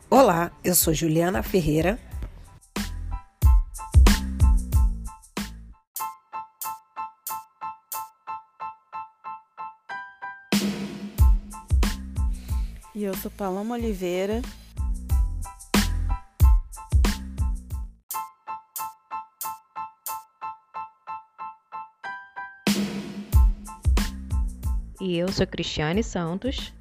Olá, eu sou Juliana Ferreira. E eu sou Paloma Oliveira. E eu sou Cristiane Santos.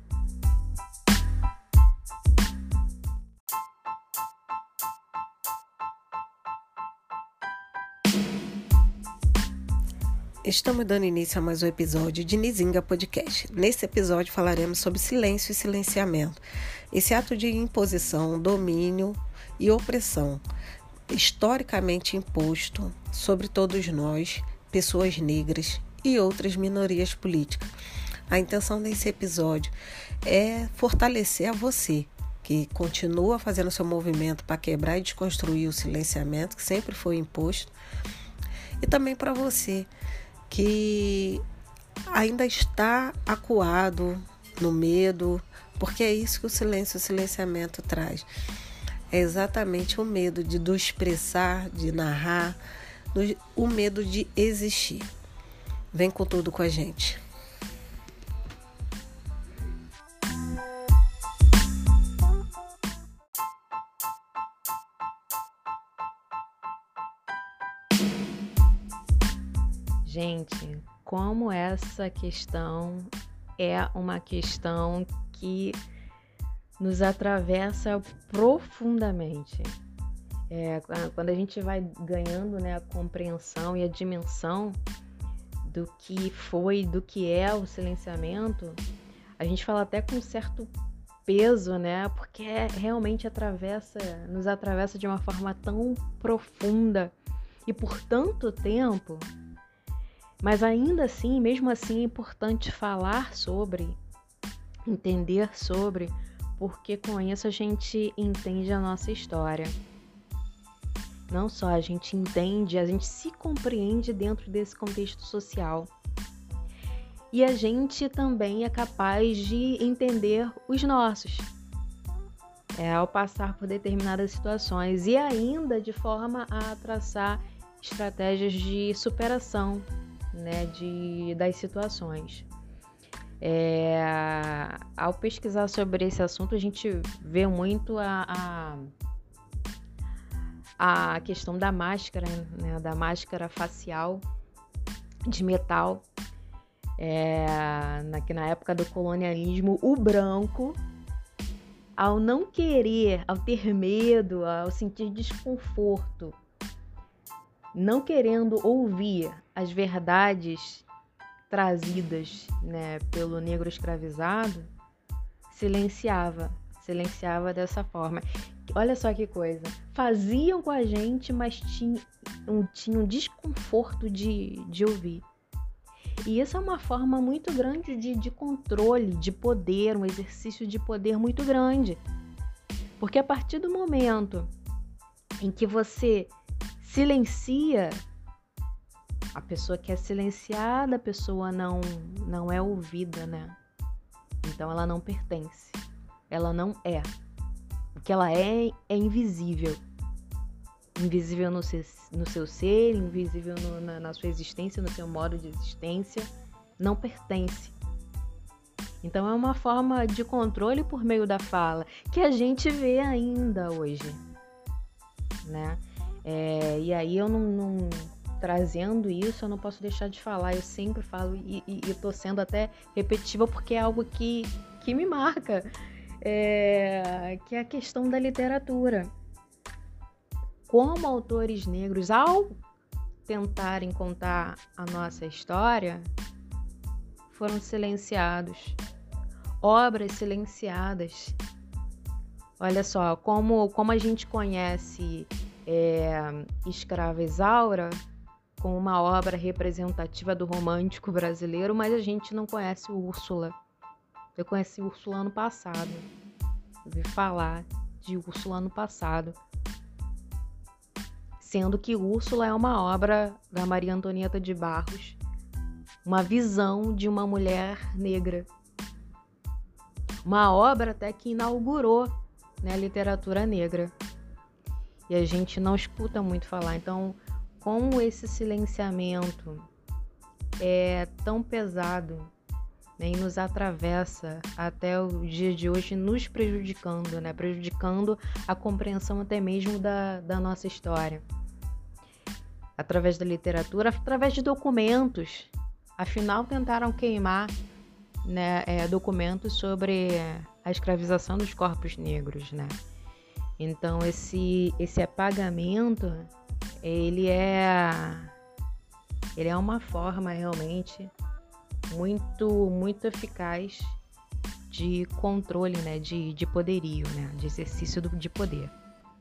Estamos dando início a mais um episódio de Nizinga Podcast. Nesse episódio falaremos sobre silêncio e silenciamento. Esse ato de imposição, domínio e opressão, historicamente imposto sobre todos nós, pessoas negras e outras minorias políticas. A intenção desse episódio é fortalecer a você, que continua fazendo seu movimento para quebrar e desconstruir o silenciamento que sempre foi imposto, e também para você que ainda está acuado no medo, porque é isso que o silêncio e o silenciamento traz. É exatamente o medo do expressar, de narrar, o medo de existir. Vem com tudo com a gente. Gente, como essa questão é uma questão que nos atravessa profundamente. Quando a gente vai ganhando, a compreensão e a dimensão do que foi, do que é o silenciamento, a gente fala até com certo peso, porque realmente nos atravessa de uma forma tão profunda e por tanto tempo. Mas ainda assim, mesmo assim, é importante falar sobre, entender sobre, porque com isso a gente entende a nossa história. Não só a gente entende, a gente se compreende dentro desse contexto social. E a gente também é capaz de entender os nossos, ao passar por determinadas situações e ainda de forma a traçar estratégias de superação, das situações. Ao pesquisar sobre esse assunto, a gente vê muito a questão da máscara, da máscara facial de metal, que na época do colonialismo, o branco, ao não querer, ao ter medo, ao sentir desconforto, não querendo ouvir as verdades trazidas, pelo negro escravizado, silenciava dessa forma. Olha só que coisa, faziam com a gente, mas tinham desconforto de ouvir. E isso é uma forma muito grande de controle, de poder, um exercício de poder muito grande. Porque a partir do momento em que você silencia, a pessoa que é silenciada, a pessoa não é ouvida, Então ela não pertence, ela não é. O que ela é invisível. Invisível no seu ser, invisível na sua existência, no seu modo de existência, não pertence. Então é uma forma de controle por meio da fala, que a gente vê ainda hoje, E aí eu não trazendo isso, eu não posso deixar de falar, eu sempre falo e tô sendo até repetitiva porque é algo que me marca, que é a questão da literatura. Como autores negros, ao tentarem contar a nossa história, foram silenciados, obras silenciadas. Olha só, como a gente conhece Escrava Isaura como uma obra representativa do romântico brasileiro, mas a gente não conhece Úrsula. Eu conheci Úrsula ano passado. Ouvi falar de Úrsula ano passado. Sendo que Úrsula é uma obra da Maria Antonieta de Barros, uma visão de uma mulher negra. Uma obra até que inaugurou né, a literatura negra. E a gente não escuta muito falar. Então, como esse silenciamento é tão pesado, né, e nos atravessa até o dia de hoje, nos prejudicando, né, prejudicando a compreensão até mesmo da nossa história. Através da literatura, através de documentos. Afinal, tentaram queimar, né, documentos sobre a escravização dos corpos negros, né? Então, esse apagamento, ele é uma forma realmente muito eficaz de controle, né, de poderio, né, de exercício de poder.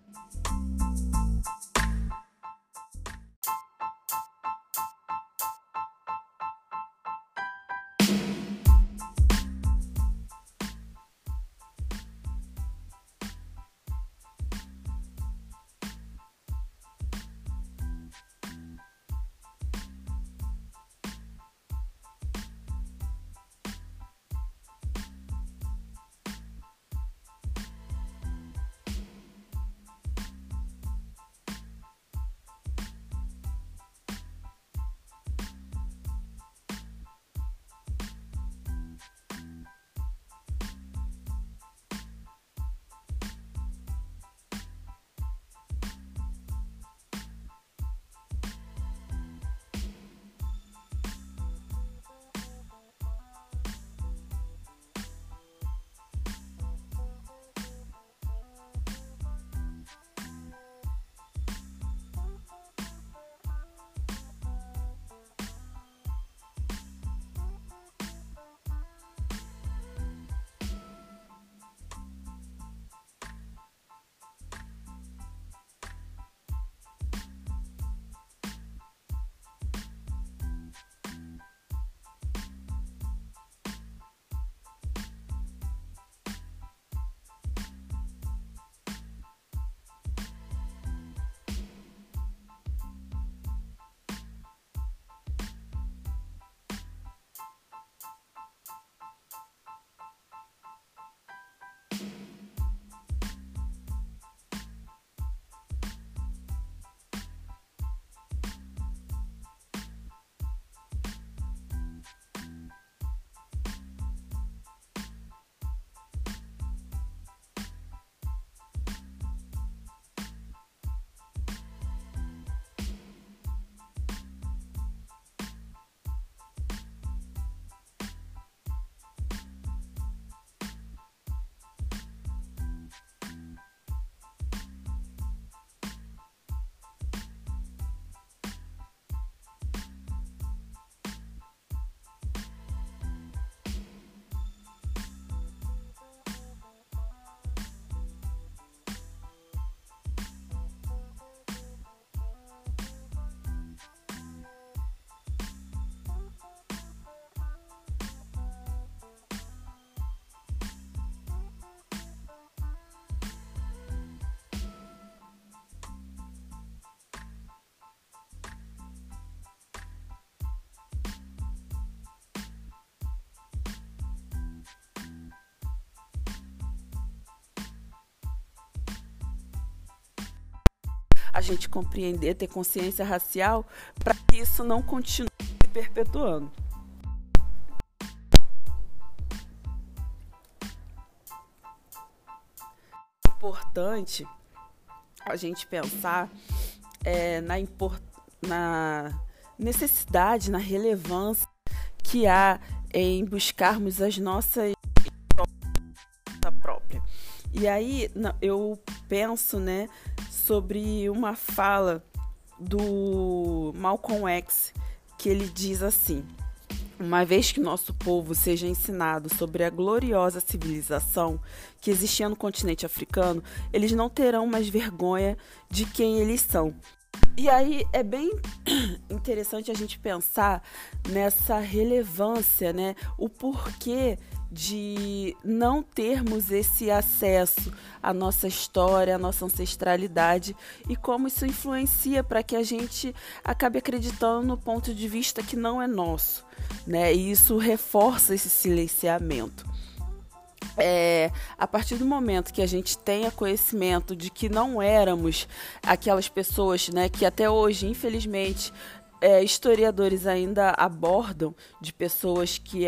A gente compreender, ter consciência racial, para que isso não continue se perpetuando. É importante a gente pensar na necessidade, na relevância que há em buscarmos as nossas próprias. E aí eu penso, né, sobre uma fala do Malcolm X, que ele diz assim: uma vez que nosso povo seja ensinado sobre a gloriosa civilização que existia no continente africano, eles não terão mais vergonha de quem eles são. E aí é bem interessante a gente pensar nessa relevância, né? O porquê de não termos esse acesso à nossa história, à nossa ancestralidade, e como isso influencia para que a gente acabe acreditando no ponto de vista que não é nosso, né? E isso reforça esse silenciamento. a partir do momento que a gente tenha conhecimento de que não éramos aquelas pessoas, né, que até hoje, infelizmente, historiadores ainda abordam de pessoas que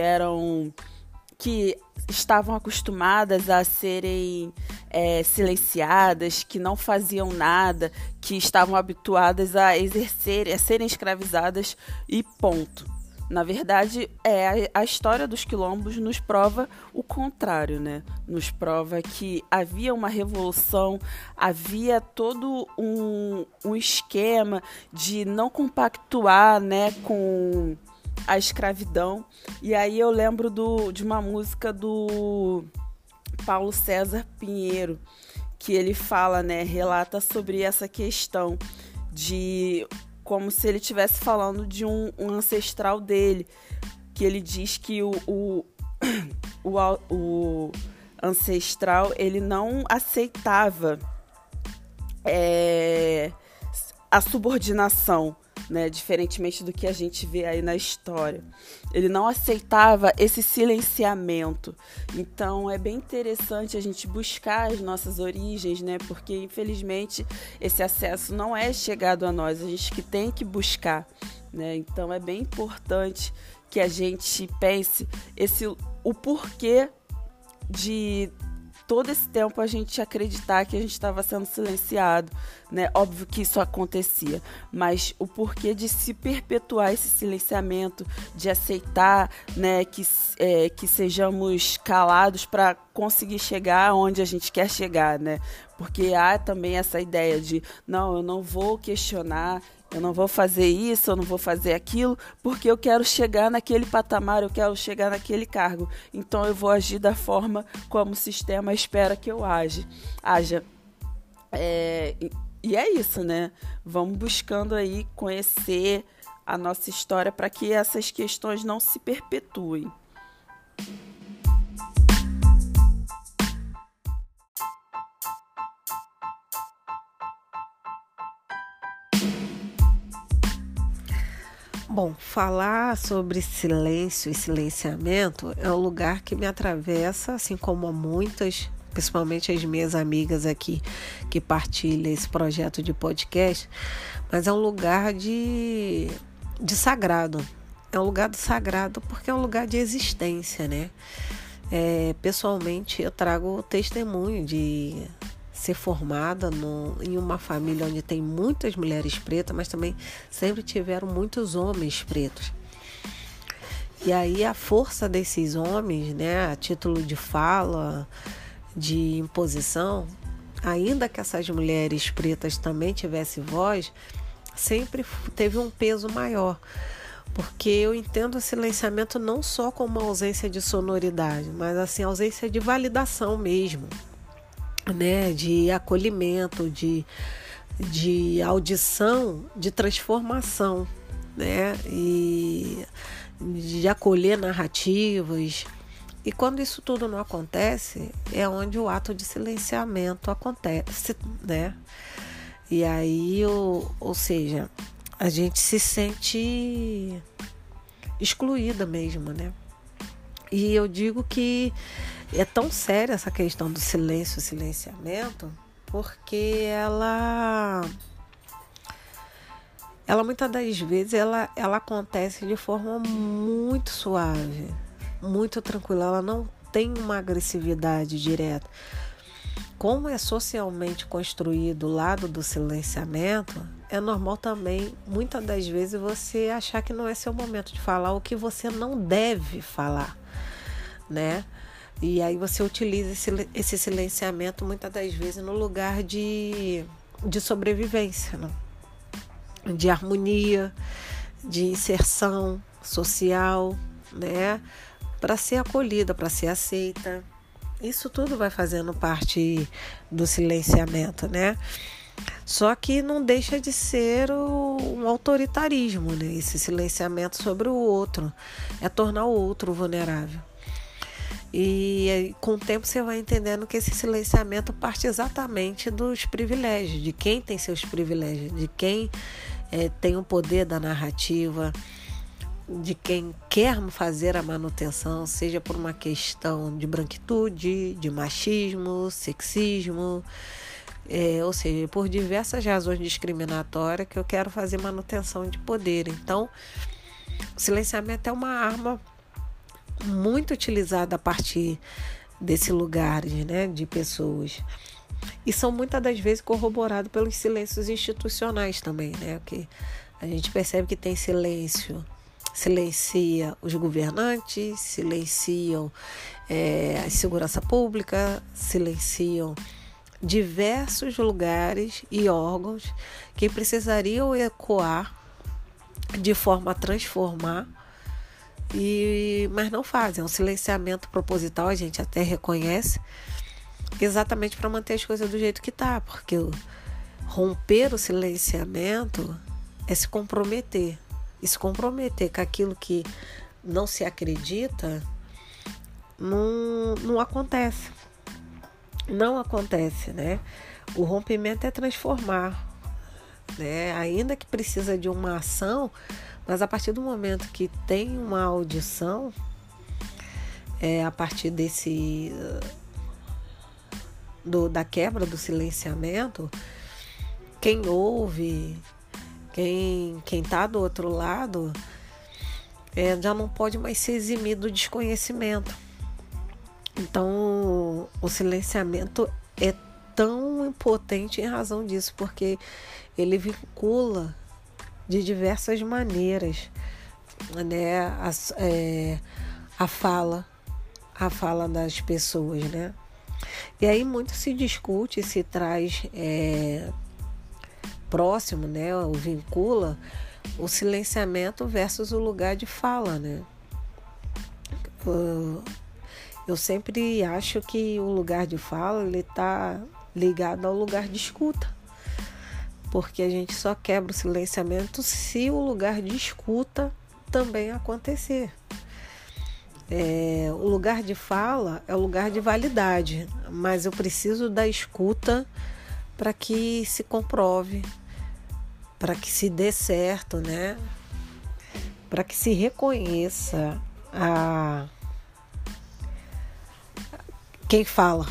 estavam acostumadas a serem silenciadas, que não faziam nada, que estavam habituadas a serem escravizadas e ponto. Na verdade, a história dos quilombos nos prova o contrário, né? Nos prova que havia uma revolução, havia todo um esquema de não compactuar, né, com a escravidão. E aí eu lembro de uma música do Paulo César Pinheiro, que ele fala, né, relata sobre essa questão de como se ele estivesse falando de um ancestral dele, que ele diz que o ancestral ele não aceitava a subordinação, né, diferentemente do que a gente vê aí na história. Ele não aceitava esse silenciamento. Então é bem interessante a gente buscar as nossas origens, né, porque infelizmente esse acesso não é chegado a nós, a gente que tem que buscar, né? Então é bem importante que a gente pense o porquê de todo esse tempo a gente acreditar que a gente estava sendo silenciado, né? Óbvio que isso acontecia, mas o porquê de se perpetuar esse silenciamento, de aceitar, né, que sejamos calados para conseguir chegar onde a gente quer chegar, né? Porque há também essa ideia de, não, eu não vou questionar, eu não vou fazer isso, eu não vou fazer aquilo, porque eu quero chegar naquele patamar, eu quero chegar naquele cargo. Então eu vou agir da forma como o sistema espera que eu haja. E é isso, né? Vamos buscando aí conhecer a nossa história para que essas questões não se perpetuem. Bom, falar sobre silêncio e silenciamento é um lugar que me atravessa, assim como a muitas, principalmente as minhas amigas aqui que partilham esse projeto de podcast, mas é um lugar de sagrado. É um lugar do sagrado porque é um lugar de existência, né? Pessoalmente, eu trago o testemunho de ser formada em uma família onde tem muitas mulheres pretas, mas também sempre tiveram muitos homens pretos. E aí a força desses homens, né, a título de fala, de imposição, ainda que essas mulheres pretas também tivessem voz, sempre teve um peso maior. Porque eu entendo o silenciamento não só como ausência de sonoridade, mas assim, ausência de validação mesmo, né, de acolhimento, de audição, de transformação, né, e de acolher narrativas. E quando isso tudo não acontece, é onde o ato de silenciamento acontece, né? E aí, ou seja, a gente se sente excluída mesmo, né? E eu digo que é tão séria essa questão do silêncio e silenciamento, porque ela muitas das vezes ela acontece de forma muito suave, muito tranquila, ela não tem uma agressividade direta. Como é socialmente construído o lado do silenciamento, é normal também, muitas das vezes, você achar que não é seu momento de falar o que você não deve falar, né? E aí você utiliza esse silenciamento muitas das vezes no lugar de sobrevivência, né? De harmonia, de inserção social, né? Para ser acolhida, para ser aceita. Isso tudo vai fazendo parte do silenciamento, né? Só que não deixa de ser um autoritarismo, né? Esse silenciamento sobre o outro. É tornar o outro vulnerável. E com o tempo você vai entendendo que esse silenciamento parte exatamente dos privilégios, de quem tem seus privilégios, de quem tem o poder da narrativa, de quem quer fazer a manutenção, seja por uma questão de branquitude, de machismo, sexismo, ou seja, por diversas razões discriminatórias que eu quero fazer manutenção de poder. Então, o silenciamento é uma arma muito utilizada a partir desse lugar, né, de pessoas. E são muitas das vezes corroborados pelos silêncios institucionais também, né? Porque a gente percebe que tem silencia os governantes, silenciam a segurança pública, silenciam diversos lugares e órgãos que precisariam ecoar de forma a transformar, mas não fazem. É um silenciamento proposital, a gente até reconhece, exatamente para manter as coisas do jeito que tá, porque romper o silenciamento é se comprometer. E se comprometer com aquilo que não se acredita, não acontece. Não acontece, né? O rompimento é transformar, né? Ainda que precisa de uma ação, mas a partir do momento que tem uma audição, a partir da quebra do silenciamento, quem ouve, quem está do outro lado, já não pode mais se eximir do desconhecimento. Então, o silenciamento é tão impotente em razão disso, porque ele vincula de diversas maneiras, né, a fala das pessoas, né? E aí muito se discute, se traz próximo, né, ou vincula o silenciamento versus o lugar de fala, né? Eu sempre acho que o lugar de fala ele está ligado ao lugar de escuta, porque a gente só quebra o silenciamento se o lugar de escuta também acontecer. O lugar de fala é o lugar de validade, mas eu preciso da escuta para que se comprove, para que se dê certo, né? Para que se reconheça quem fala.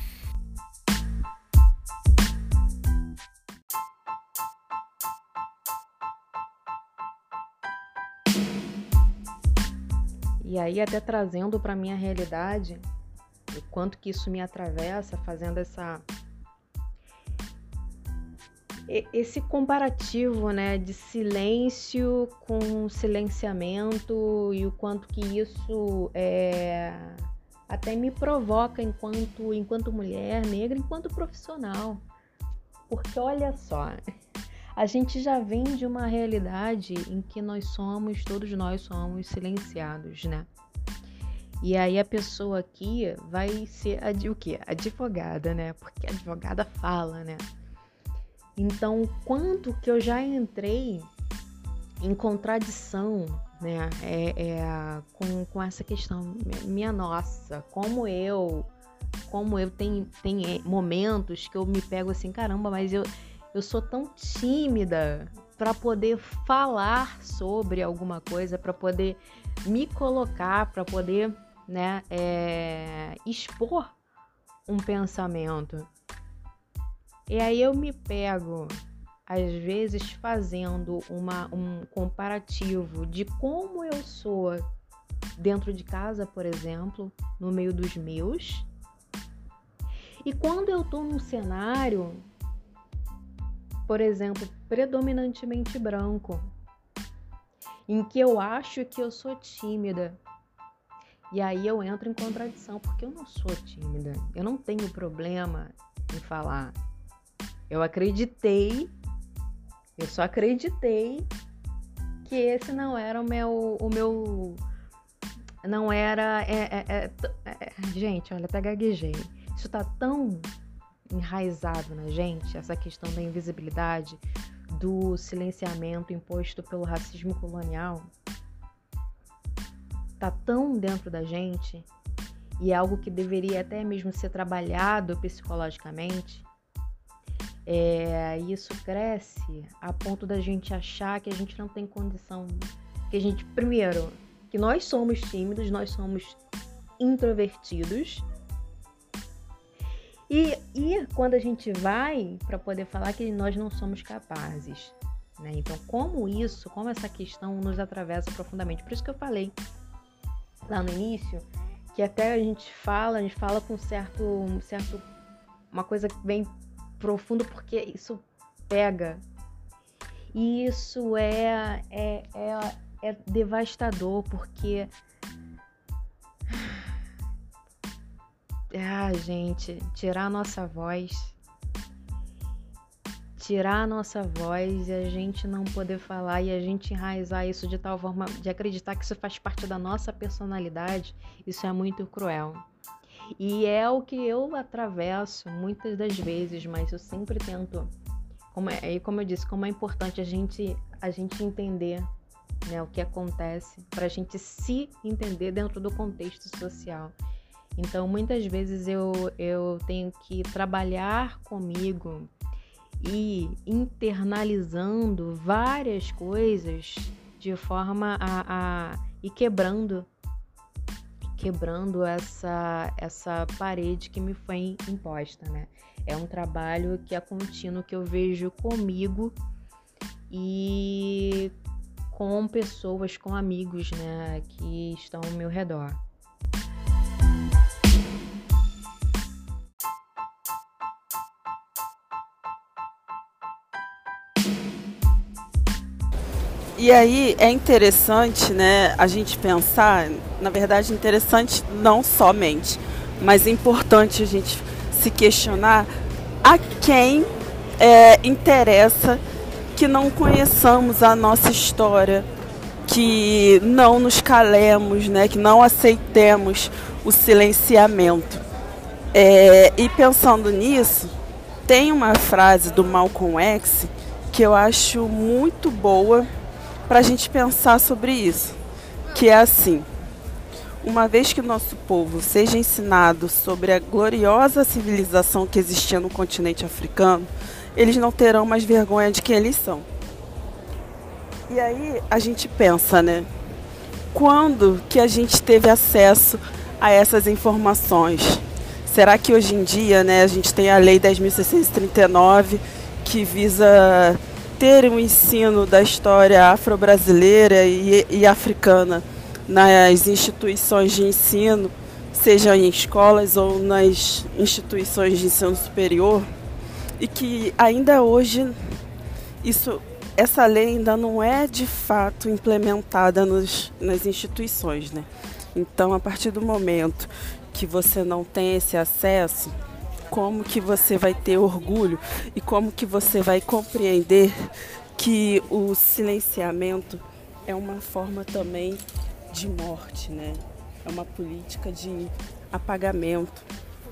E aí, até trazendo para minha realidade, o quanto que isso me atravessa, fazendo esse comparativo, né, de silêncio com silenciamento, e o quanto que isso até me provoca enquanto mulher negra, enquanto profissional. Porque olha só, a gente já vem de uma realidade em que todos nós somos silenciados, né? E aí a pessoa aqui vai ser o quê? Advogada, né? Porque a advogada fala, né? Então, quanto que eu já entrei em contradição, né? Com essa questão, minha nossa, como eu tenho momentos que eu me pego assim, caramba, mas eu sou tão tímida para poder falar sobre alguma coisa, para poder me colocar, para poder, né, expor um pensamento. E aí eu me pego, às vezes, fazendo um comparativo de como eu sou dentro de casa, por exemplo, no meio dos meus. E quando eu tô num cenário, por exemplo, predominantemente branco, em que eu acho que eu sou tímida. E aí eu entro em contradição, porque eu não sou tímida. Eu não tenho problema em falar. Eu só acreditei que esse não era não era... Gente, olha, até gaguejei. Isso tá tão enraizado na gente, essa questão da invisibilidade, do silenciamento imposto pelo racismo colonial, tá tão dentro da gente, e é algo que deveria até mesmo ser trabalhado psicologicamente. Isso cresce a ponto da gente achar que a gente não tem condição Que a gente, primeiro, que nós somos tímidos, nós somos introvertidos. E quando a gente vai para poder falar que nós não somos capazes, né? Então, como essa questão nos atravessa profundamente. Por isso que eu falei lá no início, que até a gente fala com uma coisa bem profunda, porque isso pega. E isso é devastador, porque gente, tirar a nossa voz e a gente não poder falar e a gente enraizar isso de tal forma de acreditar que isso faz parte da nossa personalidade, isso é muito cruel. E é o que eu atravesso muitas das vezes, mas eu sempre tento, como eu disse, como é importante a gente entender, né, o que acontece, para a gente se entender dentro do contexto social. Então, muitas vezes eu tenho que trabalhar comigo e internalizando várias coisas de forma a ir quebrando essa parede que me foi imposta, né? É um trabalho que é contínuo, que eu vejo comigo e com pessoas, com amigos, né, que estão ao meu redor. E aí é interessante, né, a gente pensar, na verdade interessante não somente, mas é importante a gente se questionar a quem interessa que não conheçamos a nossa história, que não nos calemos, né, que não aceitemos o silenciamento. E pensando nisso, tem uma frase do Malcolm X que eu acho muito boa para a gente pensar sobre isso, que é assim: uma vez que o nosso povo seja ensinado sobre a gloriosa civilização que existia no continente africano, eles não terão mais vergonha de quem eles são. E aí a gente pensa, né? Quando que a gente teve acesso a essas informações? Será que hoje em dia, né, a gente tem a Lei 10.639, que visa ter um ensino da história afro-brasileira e africana nas instituições de ensino, seja em escolas ou nas instituições de ensino superior, e que ainda hoje essa lei ainda não é de fato implementada nas instituições, né? Então, a partir do momento que você não tem esse acesso, como que você vai ter orgulho e como que você vai compreender que o silenciamento é uma forma também de morte, né? É uma política de apagamento.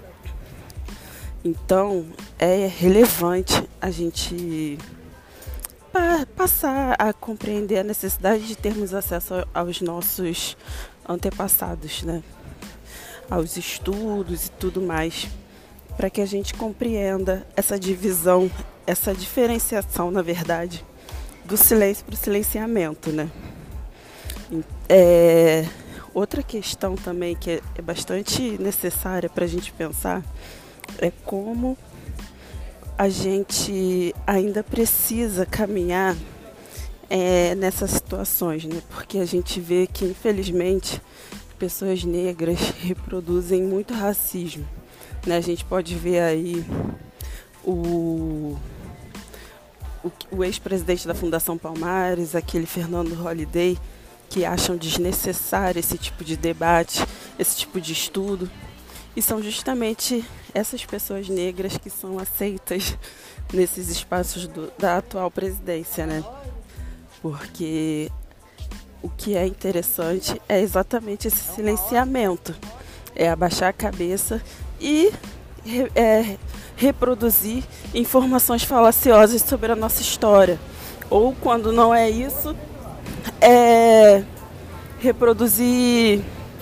Então, é relevante a gente passar a compreender a necessidade de termos acesso aos nossos antepassados, né? Aos estudos e tudo mais, para que a gente compreenda essa divisão, essa diferenciação, na verdade, do silêncio para o silenciamento, né? Outra questão também que é bastante necessária para a gente pensar é como a gente ainda precisa caminhar nessas situações, né? Porque a gente vê que, infelizmente, pessoas negras reproduzem muito racismo, né? A gente pode ver aí o ex-presidente da Fundação Palmares, aquele Fernando Holliday, que acham desnecessário esse tipo de debate, esse tipo de estudo. E são justamente essas pessoas negras que são aceitas nesses espaços da atual presidência, né? Porque o que é interessante é exatamente esse silenciamento, é abaixar a cabeça e reproduzir informações falaciosas sobre a nossa história. Ou, quando não é isso, reproduzir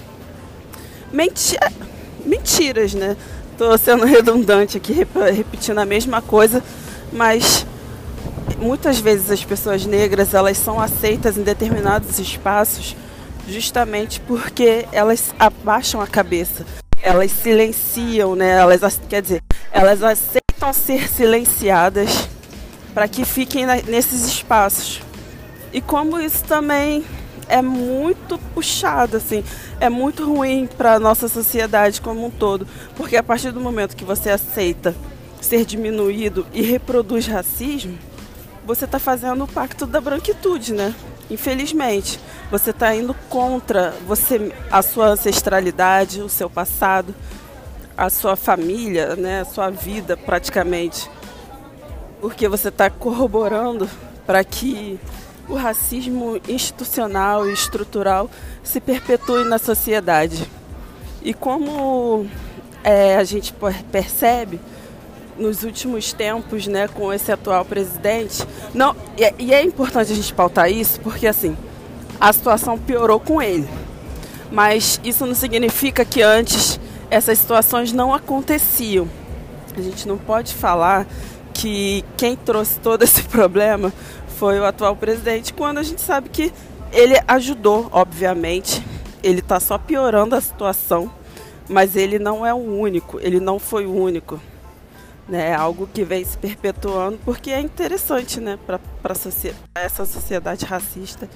mentiras, né? Estou sendo redundante aqui, repetindo a mesma coisa, mas muitas vezes as pessoas negras, elas são aceitas em determinados espaços justamente porque elas abaixam a cabeça, elas silenciam, né? Elas aceitam ser silenciadas para que fiquem nesses espaços. E como isso também é muito puxado, assim, é muito ruim para a nossa sociedade como um todo, porque a partir do momento que você aceita ser diminuído e reproduz racismo, você está fazendo o pacto da branquitude, né? Infelizmente, você está indo contra a sua ancestralidade, o seu passado, a sua família, né? A sua vida praticamente, porque você está corroborando para que o racismo institucional e estrutural se perpetue na sociedade. E como a gente percebe nos últimos tempos, né, com esse atual presidente, e é importante a gente pautar isso, porque assim, a situação piorou com ele. Mas isso não significa que antes essas situações não aconteciam. A gente não pode falar que quem trouxe todo esse problema foi o atual presidente, quando a gente sabe que ele ajudou, obviamente. Ele está só piorando a situação, mas ele não é o único, ele não foi o único. É algo que vem se perpetuando porque é interessante, né, para essa sociedade racista.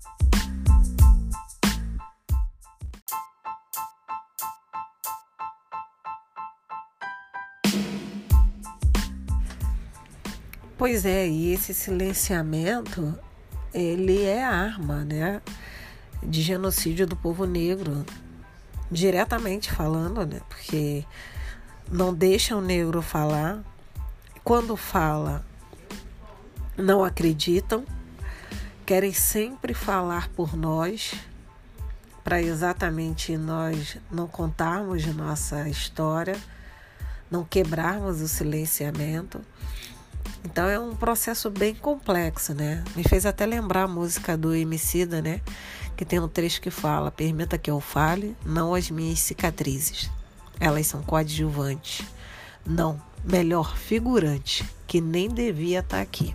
Pois é, e esse silenciamento, ele é arma, né, de genocídio do povo negro, diretamente falando, né, porque não deixa o negro falar. Quando fala, não acreditam, querem sempre falar por nós, para exatamente nós não contarmos nossa história, não quebrarmos o silenciamento. Então é um processo bem complexo, né? Me fez até lembrar a música do Emicida, né? Que tem um trecho que fala: permita que eu fale, não as minhas cicatrizes. Elas são coadjuvantes. Não, melhor, figurante, que nem devia estar aqui.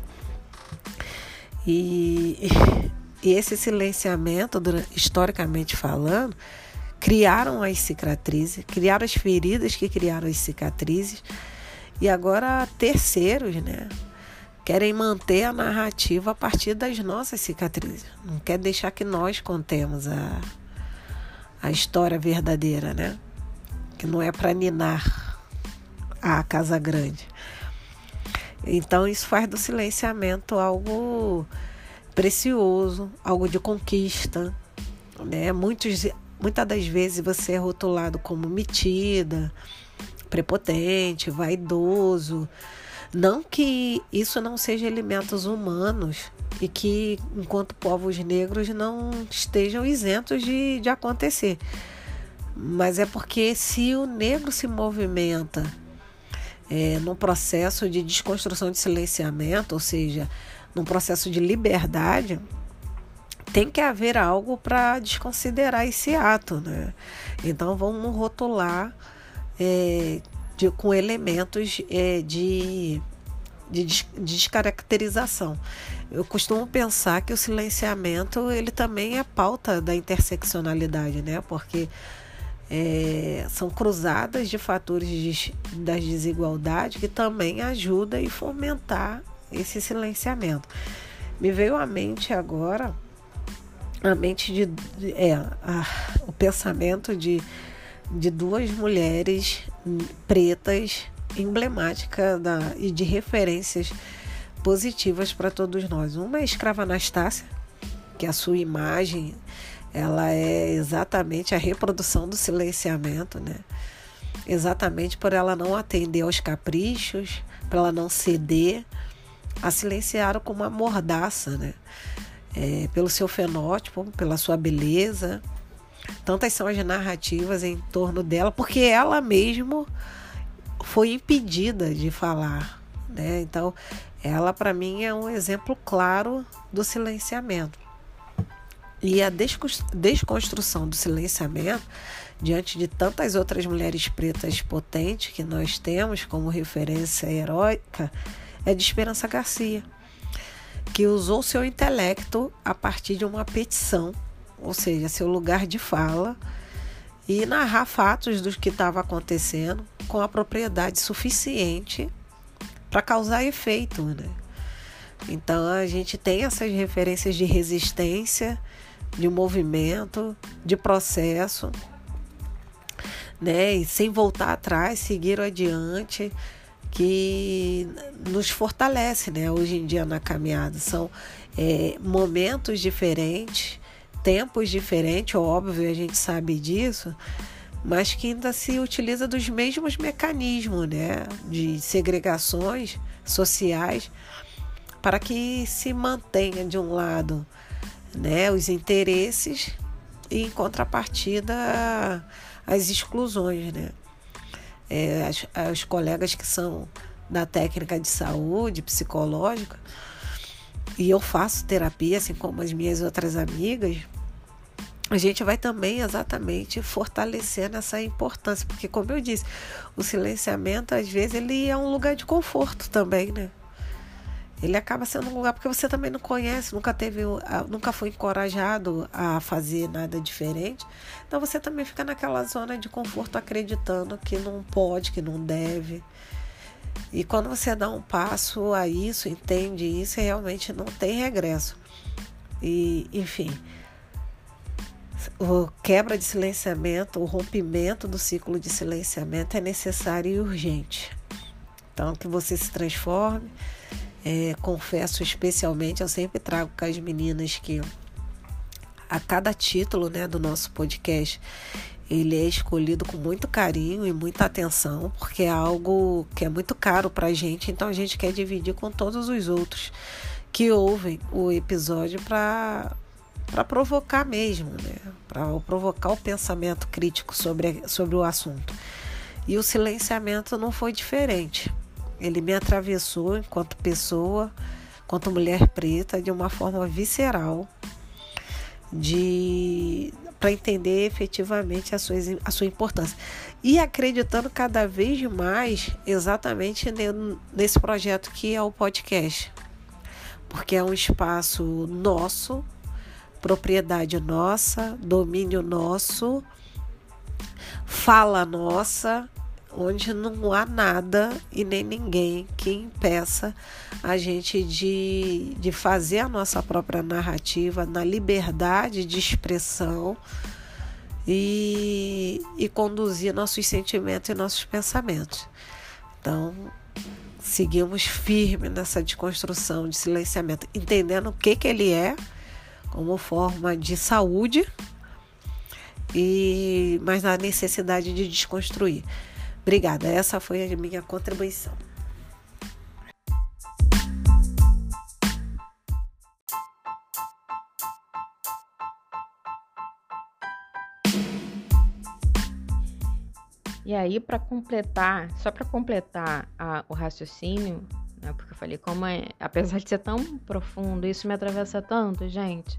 E esse silenciamento, historicamente falando, criaram as cicatrizes, criaram as feridas que criaram as cicatrizes. E agora terceiros, né, querem manter a narrativa a partir das nossas cicatrizes. Não quer deixar que nós contemos a história verdadeira, né? Que não é para ninar a Casa Grande. Então isso faz do silenciamento algo precioso, algo de conquista, né? Muitas das vezes você é rotulado como metida, prepotente, vaidoso. Não que isso não seja elementos humanos e que, enquanto povos negros, não estejam isentos de acontecer. Mas é porque se o negro se movimenta num processo de desconstrução de silenciamento, ou seja, num processo de liberdade, tem que haver algo para desconsiderar esse ato, né? Então vamos rotular com elementos de descaracterização. Eu costumo pensar que o silenciamento ele também é pauta da interseccionalidade, né? Porque são cruzadas de fatores das desigualdades que também ajudam e fomentar esse silenciamento. Me veio à mente agora o pensamento de duas mulheres pretas emblemáticas e de referências positivas para todos nós. Uma é a escrava Anastácia, que a sua imagem ela é exatamente a reprodução do silenciamento, né? Exatamente por ela não atender aos caprichos, para ela não ceder, a silenciaram como uma mordaça, né? Pelo seu fenótipo, pela sua beleza. Tantas são as narrativas em torno dela, porque ela mesma foi impedida de falar, né? Então, ela para mim é um exemplo claro do silenciamento. E a desconstrução do silenciamento, diante de tantas outras mulheres pretas potentes que nós temos como referência heróica, é de Esperança Garcia. que usou seu intelecto a partir de uma petição, ou seja, seu lugar de fala, e narrar fatos do que estava acontecendo com a propriedade suficiente para causar efeito, né? Então a gente tem essas referências de resistência, de movimento, de processo, né? E sem voltar atrás, seguir adiante, que nos fortalece, né? Hoje em dia na caminhada. São momentos diferentes, tempos diferentes, óbvio, a gente sabe disso, mas que ainda se utiliza dos mesmos mecanismos, né? De segregações sociais, para que se mantenha de um lado, né, os interesses e em contrapartida as exclusões, né? Os colegas que são da técnica de saúde psicológica, e eu faço terapia, assim como as minhas outras amigas, a gente vai também exatamente fortalecendo essa importância, porque como eu disse, o silenciamento às vezes ele é um lugar de conforto também, né? Ele acaba sendo um lugar porque você também não conhece, nunca foi encorajado a fazer nada diferente. Então você também fica naquela zona de conforto acreditando que não pode, que não deve. E quando você dá um passo a isso, entende isso, realmente não tem regresso. E, enfim, o quebra de silenciamento, o rompimento do ciclo de silenciamento é necessário e urgente. Então, que você se transforme. Confesso especialmente, eu sempre trago com as meninas que a cada título, né, do nosso podcast, ele é escolhido com muito carinho e muita atenção, porque é algo que é muito caro para a gente, então a gente quer dividir com todos os outros que ouvem o episódio para provocar mesmo, né, para provocar o pensamento crítico sobre o assunto. E o silenciamento não foi diferente. Ele me atravessou enquanto pessoa, enquanto mulher preta, de uma forma visceral, para entender efetivamente a sua importância. E acreditando cada vez mais exatamente nesse projeto que é o podcast. Porque é um espaço nosso, propriedade nossa, domínio nosso, fala nossa, onde não há nada e nem ninguém que impeça a gente de fazer a nossa própria narrativa na liberdade de expressão e conduzir nossos sentimentos e nossos pensamentos. Então, seguimos firme nessa desconstrução de silenciamento, entendendo o que ele é como forma de saúde, mas na necessidade de desconstruir. Obrigada, essa foi a minha contribuição. E aí, para completar, o raciocínio, né, porque eu falei, apesar de ser tão profundo, isso me atravessa tanto, gente,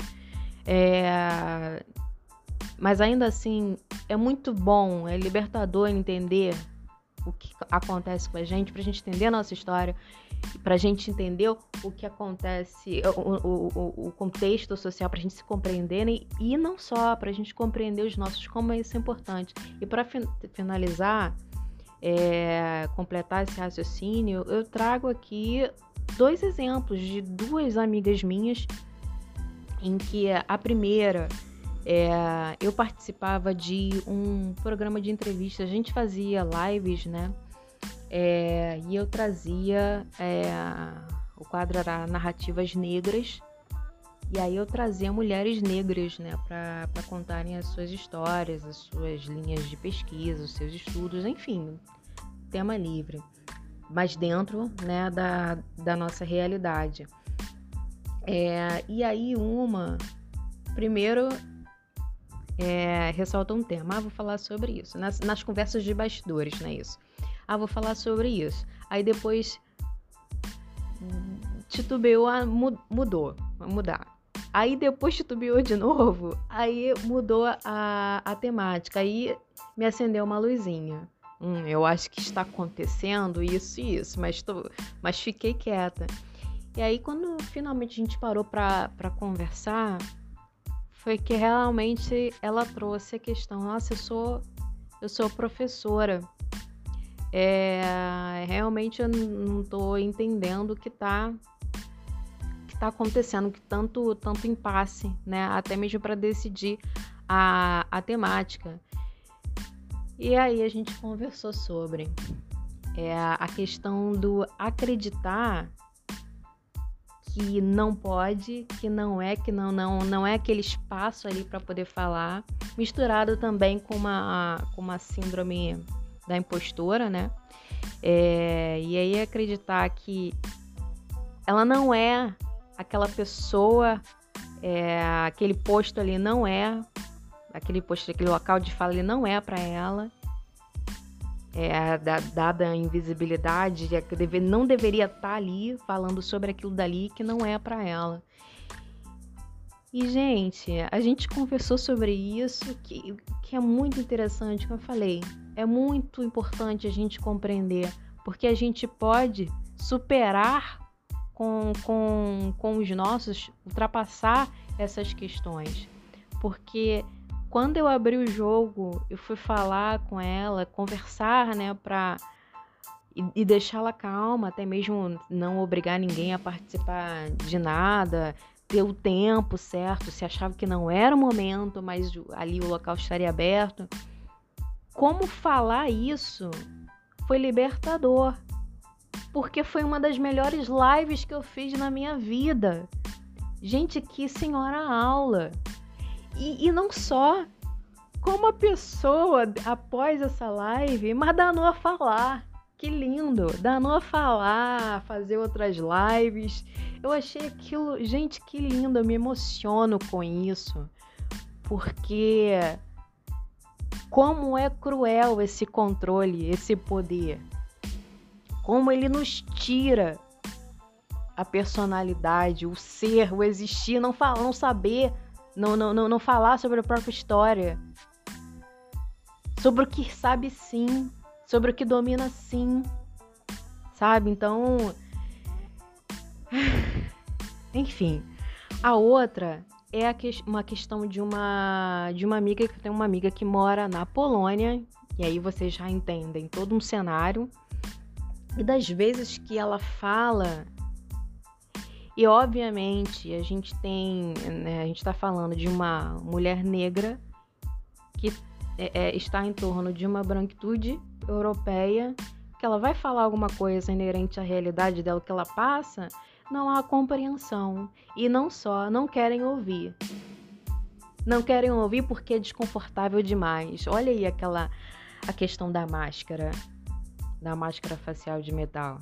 mas ainda assim, é muito bom, é libertador entender o que acontece com a gente, pra gente entender a nossa história, pra gente entender o que acontece, o contexto social, pra gente se compreender, né? E não só, pra gente compreender os nossos, como isso é importante. E para finalizar, completar esse raciocínio, eu trago aqui 2 exemplos de 2 amigas minhas, em que a primeira... eu participava de um programa de entrevista, a gente fazia lives, né? E eu trazia, o quadro era Narrativas Negras, e aí eu trazia mulheres negras, né? Para contarem as suas histórias, as suas linhas de pesquisa, os seus estudos, enfim, tema livre, mas dentro, né, da nossa realidade. E aí primeiro... ressalta um tema, vou falar sobre isso, nas conversas de bastidores, né, isso, vou falar sobre isso, aí depois titubeou, vai mudar, aí depois titubeou de novo, aí mudou a temática, aí me acendeu uma luzinha, eu acho que está acontecendo isso e isso, mas fiquei quieta. E aí, quando finalmente a gente parou para conversar, foi que realmente ela trouxe a questão: nossa, eu sou professora. Realmente eu não estou entendendo o que está acontecendo, que tanto impasse, né? Até mesmo para decidir a temática. E aí a gente conversou sobre a questão do acreditar que não pode, que não é aquele espaço ali para poder falar, misturado também com uma síndrome da impostora, né? E aí acreditar que ela não é aquela pessoa, aquele posto ali não é, aquele local de fala ali não é para ela, dada a invisibilidade, não deveria estar ali falando sobre aquilo dali que não é para ela. E, gente, a gente conversou sobre isso, que é muito interessante, como eu falei, é muito importante a gente compreender, porque a gente pode superar com os nossos, ultrapassar essas questões. Porque quando eu abri o jogo, eu fui falar com ela, conversar, né, e deixá-la calma, até mesmo não obrigar ninguém a participar de nada, ter o tempo certo, se achava que não era o momento, mas ali o local estaria aberto. Como falar isso foi libertador, porque foi uma das melhores lives que eu fiz na minha vida. Gente, que senhora aula! E não só, como a pessoa, após essa live, mas danou a falar. Que lindo! Danou a falar, fazer outras lives. Eu achei aquilo, gente, que lindo! Eu me emociono com isso, porque como é cruel esse controle, esse poder. Como ele nos tira a personalidade, o ser, o existir, não saber, não falar sobre a própria história, sobre o que sabe sim, sobre o que domina sim, sabe? Então, enfim, a outra é uma questão de uma amiga, que eu tenho uma amiga que mora na Polônia, e aí vocês já entendem todo um cenário, e das vezes que ela fala. E, obviamente, a gente está falando de uma mulher negra que está em torno de uma branquitude europeia, que ela vai falar alguma coisa inerente à realidade dela, que ela passa, não há compreensão. E não só, não querem ouvir. Não querem ouvir porque é desconfortável demais. Olha aí a questão da máscara facial de metal.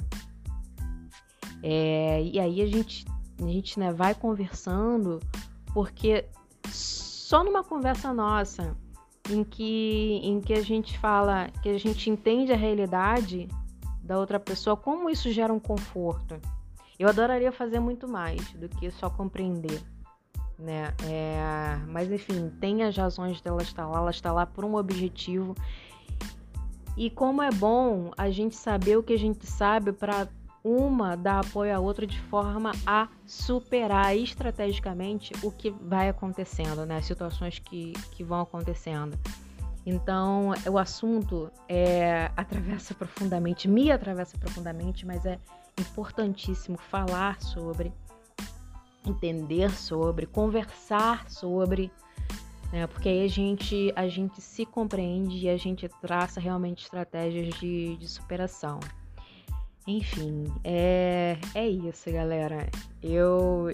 E aí a gente né, vai conversando, porque só numa conversa nossa, em que a gente fala, que a gente entende a realidade da outra pessoa, como isso gera um conforto. Eu adoraria fazer muito mais do que só compreender, né? Mas enfim, tem as razões dela estar lá, ela está lá por um objetivo. E como é bom a gente saber o que a gente sabe para uma dar apoio à outra de forma a superar estrategicamente o que vai acontecendo, né? As situações que vão acontecendo. Então, o assunto me atravessa profundamente, mas é importantíssimo falar sobre, entender sobre, conversar sobre, né? Porque aí a gente se compreende e a gente traça realmente estratégias de superação. Enfim, é isso, galera. Eu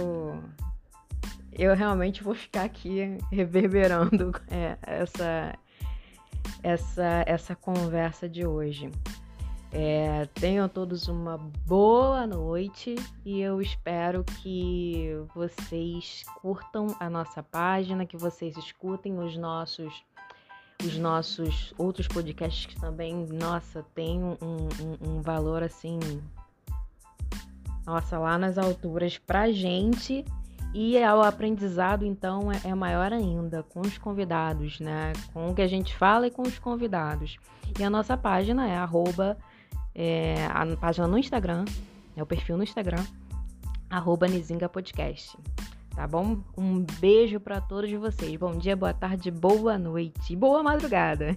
realmente vou ficar aqui reverberando essa conversa de hoje. Tenham todos uma boa noite e eu espero que vocês curtam a nossa página, que vocês escutem os nossos outros podcasts que também, nossa, tem um valor assim, nossa, lá nas alturas pra gente, e o aprendizado então é maior ainda com os convidados, né? Com o que a gente fala e com os convidados. E a nossa página é a página no Instagram, é o perfil no Instagram, @Nizinga Podcast. Tá bom? Um beijo para todos vocês. Bom dia, boa tarde, boa noite, boa madrugada.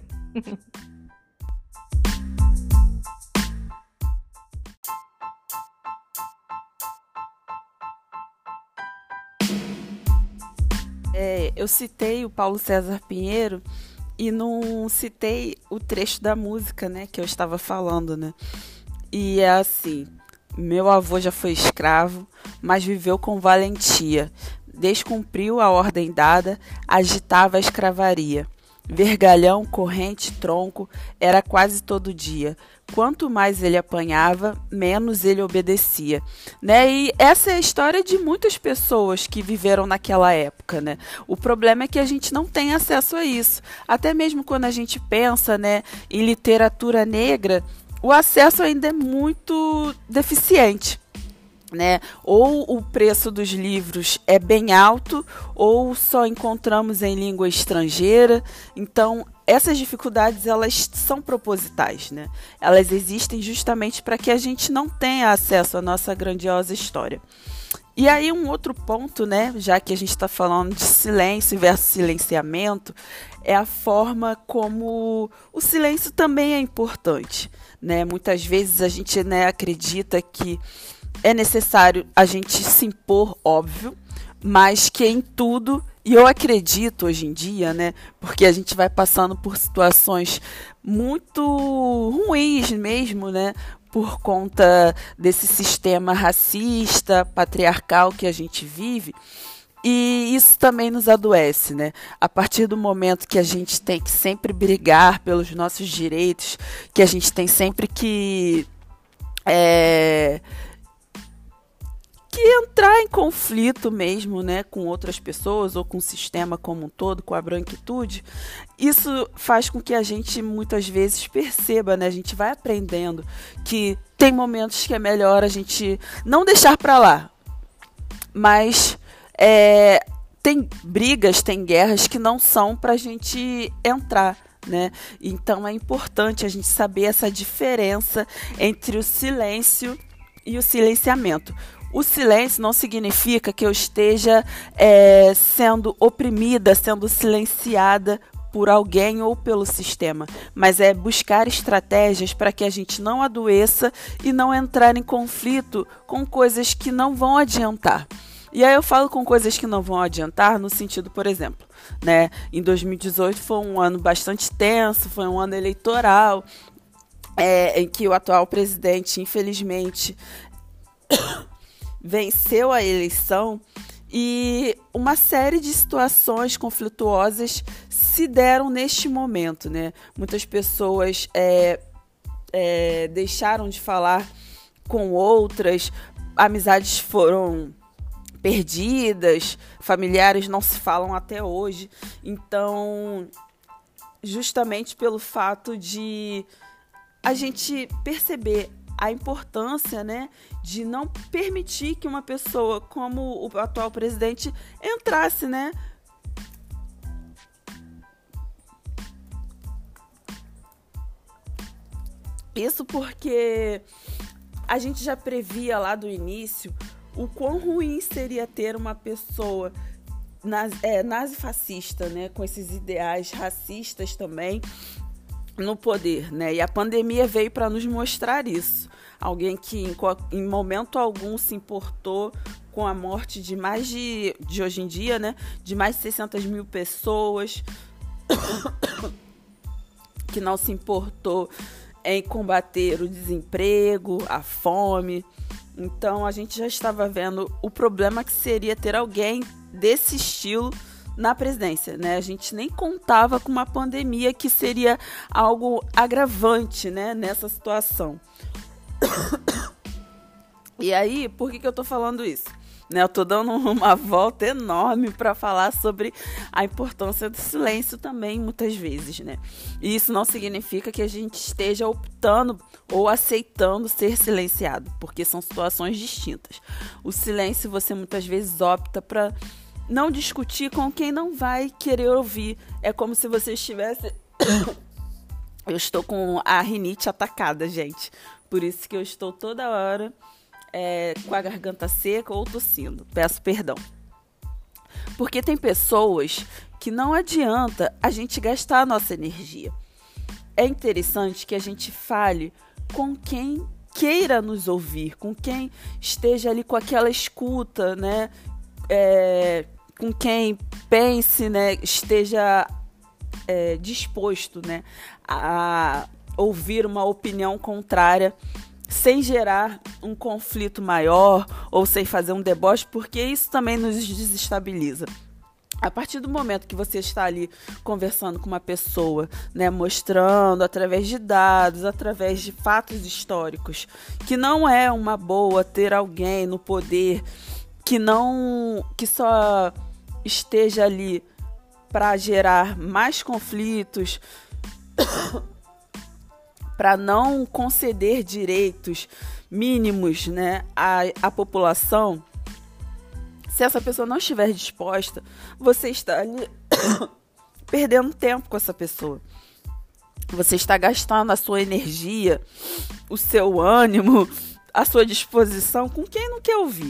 Eu citei o Paulo César Pinheiro e não citei o trecho da música, né, que eu estava falando, né? E é assim: meu avô já foi escravo, mas viveu com valentia. Descumpriu a ordem dada, agitava a escravaria. Vergalhão, corrente, tronco, era quase todo dia. Quanto mais ele apanhava, menos ele obedecia, né? E essa é a história de muitas pessoas que viveram naquela época, né? O problema é que a gente não tem acesso a isso. Até mesmo quando a gente pensa, né, em literatura negra, o acesso ainda é muito deficiente, né? Ou o preço dos livros é bem alto, ou só encontramos em língua estrangeira. Então, essas dificuldades, elas são propositais, né? Elas existem justamente para que a gente não tenha acesso à nossa grandiosa história. E aí um outro ponto, né, já que a gente está falando de silêncio versus silenciamento, é a forma como o silêncio também é importante, né? Muitas vezes a gente, né, acredita que é necessário a gente se impor, óbvio, mas que em tudo, e eu acredito hoje em dia, né, porque a gente vai passando por situações muito ruins mesmo, né, por conta desse sistema racista, patriarcal que a gente vive. E isso também nos adoece, né? A partir do momento que a gente tem que sempre brigar pelos nossos direitos, que a gente tem sempre que entrar em conflito mesmo, né, com outras pessoas ou com o sistema como um todo, com a branquitude, isso faz com que a gente muitas vezes perceba, né, a gente vai aprendendo que tem momentos que é melhor a gente não deixar para lá, mas tem brigas, tem guerras que não são para a gente entrar, né? Então é importante a gente saber essa diferença entre o silêncio e o silenciamento. O silêncio não significa que eu esteja sendo oprimida, sendo silenciada por alguém ou pelo sistema, mas é buscar estratégias para que a gente não adoeça e não entrar em conflito com coisas que não vão adiantar. E aí eu falo com coisas que não vão adiantar no sentido, por exemplo, né, em 2018 foi um ano bastante tenso, foi um ano eleitoral, em que o atual presidente, infelizmente, venceu a eleição e uma série de situações conflituosas se deram neste momento, né? Muitas pessoas deixaram de falar com outras, amizades foram perdidas, familiares não se falam até hoje. Então, justamente pelo fato de a gente perceber a importância, né, de não permitir que uma pessoa como o atual presidente entrasse, né, isso porque a gente já previa lá do início o quão ruim seria ter uma pessoa nazifascista, né, com esses ideais racistas também no poder, né? E a pandemia veio para nos mostrar isso. Alguém que em momento algum se importou com a morte de mais de hoje em dia, né, de mais de 600 mil pessoas, que não se importou em combater o desemprego, a fome. Então a gente já estava vendo o problema que seria ter alguém desse estilo na presidência, né? A gente nem contava com uma pandemia, que seria algo agravante, né, nessa situação. E aí, por que eu tô falando isso? Né, eu tô dando uma volta enorme para falar sobre a importância do silêncio também, muitas vezes, né? E isso não significa que a gente esteja optando ou aceitando ser silenciado, porque são situações distintas. O silêncio, você muitas vezes opta para não discutir com quem não vai querer ouvir. É como se você estivesse... Eu estou com a rinite atacada, gente. Por isso que eu estou toda hora com a garganta seca ou tossindo. Peço perdão. Porque tem pessoas que não adianta a gente gastar a nossa energia. É interessante que a gente fale com quem queira nos ouvir, com quem esteja ali com aquela escuta, né? Com quem pense, né? Esteja disposto, né? A ouvir uma opinião contrária, sem gerar um conflito maior ou sem fazer um deboche, porque isso também nos desestabiliza. A partir do momento que você está ali conversando com uma pessoa, né, mostrando através de dados, através de fatos históricos, que não é uma boa ter alguém no poder que só esteja ali para gerar mais conflitos, para não conceder direitos mínimos, né, à população. Se essa pessoa não estiver disposta, você está ali perdendo tempo com essa pessoa. Você está gastando a sua energia, o seu ânimo, a sua disposição com quem não quer ouvir.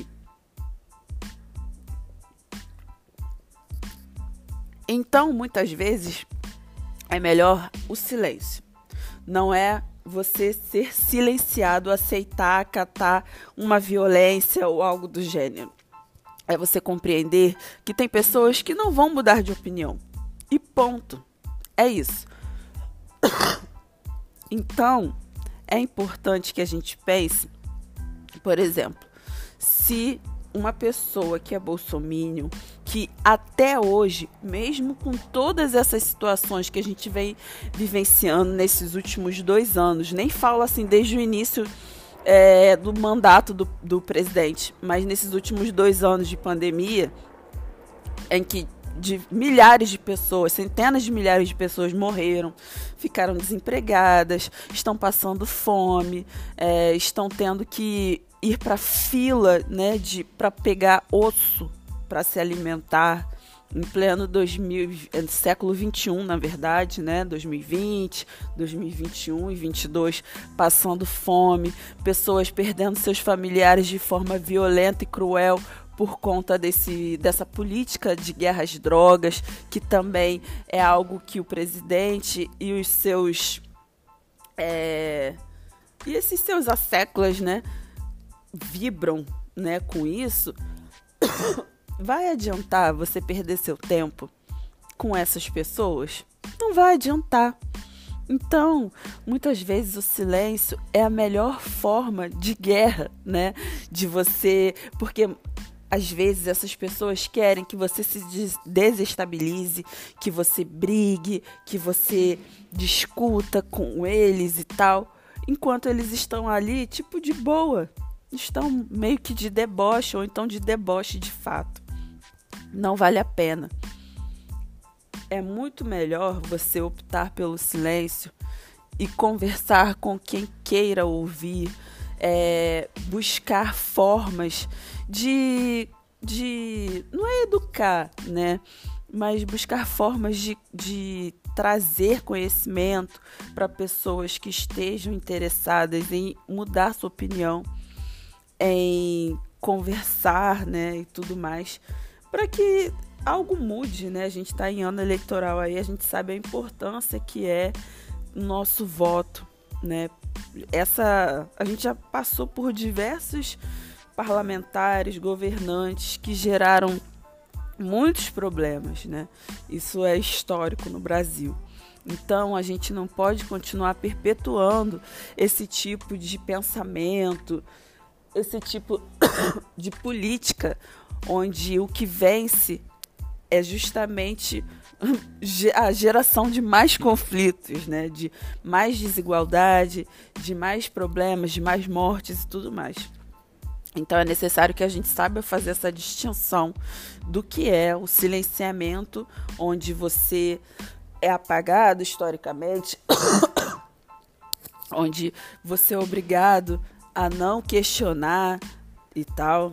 Então, muitas vezes, é melhor o silêncio. Não é você ser silenciado, aceitar, acatar uma violência ou algo do gênero. É você compreender que tem pessoas que não vão mudar de opinião. E ponto. É isso. Então, é importante que a gente pense, por exemplo, se uma pessoa que é bolsominion, que até hoje, mesmo com todas essas situações que a gente vem vivenciando nesses últimos 2 anos, nem falo assim desde o início do mandato do presidente, mas nesses últimos 2 anos de pandemia, em que milhares de pessoas, centenas de milhares de pessoas morreram, ficaram desempregadas, estão passando fome, estão tendo que ir para fila, né, para pegar osso para se alimentar, em pleno século XXI, na verdade, né? 2020, 2021 e 2022, passando fome, pessoas perdendo seus familiares de forma violenta e cruel por conta dessa política de guerra às drogas, que também é algo que o presidente e os seus e esses seus asseclas, né, vibram, né, com isso. Vai adiantar você perder seu tempo com essas pessoas? Não vai adiantar. Então, muitas vezes o silêncio é a melhor forma de guerra, né? De você... Porque às vezes essas pessoas querem que você se desestabilize, que você brigue, que você discuta com eles e tal, enquanto eles estão ali, tipo, de boa. Estão meio que de deboche, ou então de deboche de fato. Não vale a pena. É muito melhor você optar pelo silêncio e conversar com quem queira ouvir, buscar formas de não é educar, né? Mas buscar formas de trazer conhecimento para pessoas que estejam interessadas em mudar sua opinião, em conversar, né, e tudo mais, para que algo mude, né? A gente está em ano eleitoral aí, a gente sabe a importância que é o nosso voto, né? A gente já passou por diversos parlamentares, governantes que geraram muitos problemas, né? Isso é histórico no Brasil. Então, a gente não pode continuar perpetuando esse tipo de pensamento, esse tipo de política, onde o que vence é justamente a geração de mais conflitos, né? De mais desigualdade, de mais problemas, de mais mortes e tudo mais. Então é necessário que a gente saiba fazer essa distinção do que é o silenciamento, onde você é apagado historicamente, onde você é obrigado a não questionar e tal,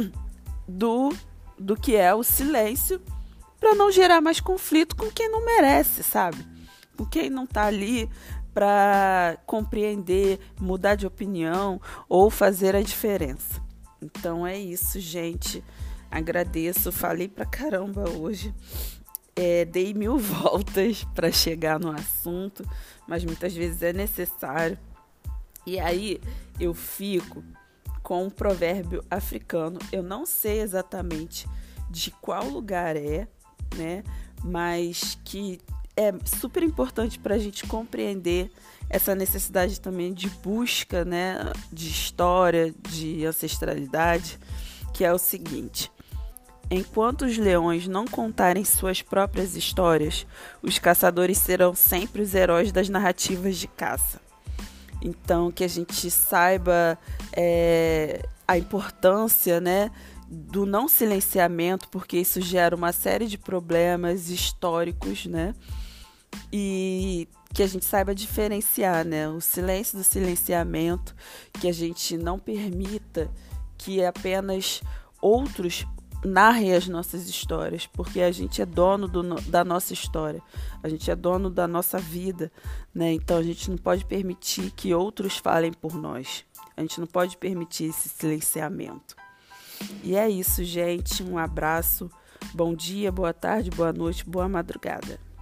do que é o silêncio, para não gerar mais conflito com quem não merece, sabe? Com quem não tá ali para compreender, mudar de opinião ou fazer a diferença. Então é isso, gente. Agradeço, falei pra caramba hoje. Dei 1000 voltas para chegar no assunto, mas muitas vezes é necessário. E aí eu fico com um provérbio africano. Eu não sei exatamente de qual lugar né? Mas que é super importante para a gente compreender essa necessidade também de busca, né? De história, de ancestralidade, que é o seguinte: enquanto os leões não contarem suas próprias histórias, os caçadores serão sempre os heróis das narrativas de caça. Então, que a gente saiba a importância, né, do não silenciamento, porque isso gera uma série de problemas históricos, né? E que a gente saiba diferenciar, né, o silêncio do silenciamento, que a gente não permita que apenas outros narrem as nossas histórias, porque a gente é dono da nossa história, a gente é dono da nossa vida, né? Então a gente não pode permitir que outros falem por nós, a gente não pode permitir esse silenciamento. E é isso, gente, um abraço, bom dia, boa tarde, boa noite, boa madrugada.